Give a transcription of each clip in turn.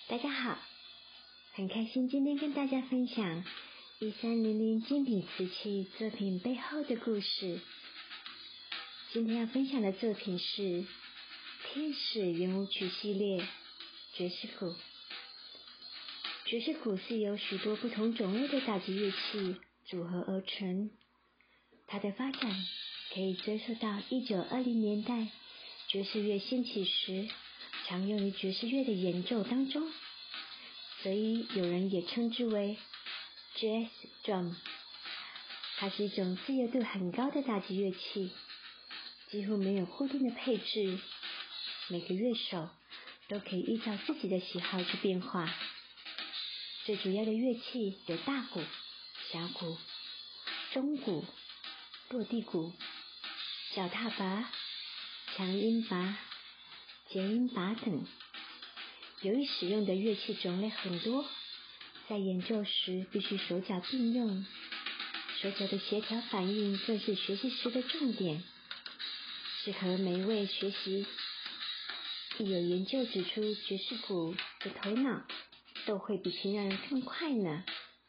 大家好，很开心今天跟大家分享1300精品瓷器作品背后的故事。今天要分享的作品是天使圆舞曲系列爵士鼓。爵士鼓是由许多不同种类的打击乐器组合而成，它的发展可以追溯到1920年代爵士乐兴起时常用于爵士乐的演奏当中，所以有人也称之为 Jazz Drum。 它是一种自由度很高的打击乐器，几乎没有固定的配置，每个乐手都可以依照自己的喜好去变化。最主要的乐器有大鼓、小鼓、中鼓、落地鼓、脚踏拔、强音拔、结音拔等。由于使用的乐器种类很多，在演奏时必须手脚并用，手脚的协调反应更是学习时的重点，适合每一位学习。亦有研究指出，爵士鼓的头脑都会比平常人更快呢。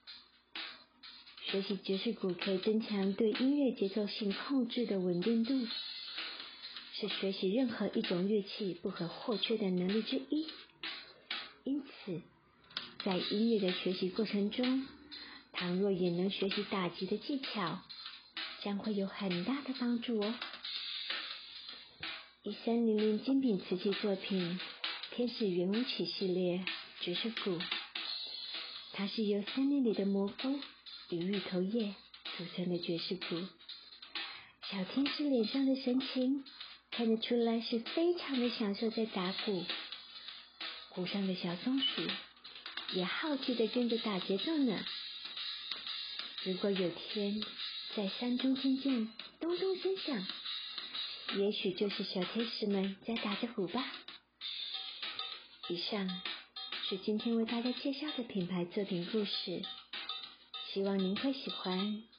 学习爵士鼓可以增强对音乐节奏性控制的稳定度，是学习任何一种乐器不可或缺的能力之一。因此，在音乐的学习过程中，倘若也能学习打击的技巧，将会有很大的帮助哦。1300精品瓷器作品天使圆舞曲系列爵士鼓，它是由森林里的蘑菇与芋头叶组成的爵士鼓。小天使脸上的神情看得出来是非常的享受在打鼓，鼓上的小松鼠也好奇的跟着打节奏呢。如果有天在山中听见咚咚声响，也许就是小天使们在打着鼓吧。以上是今天为大家介绍的品牌作品故事，希望您会喜欢。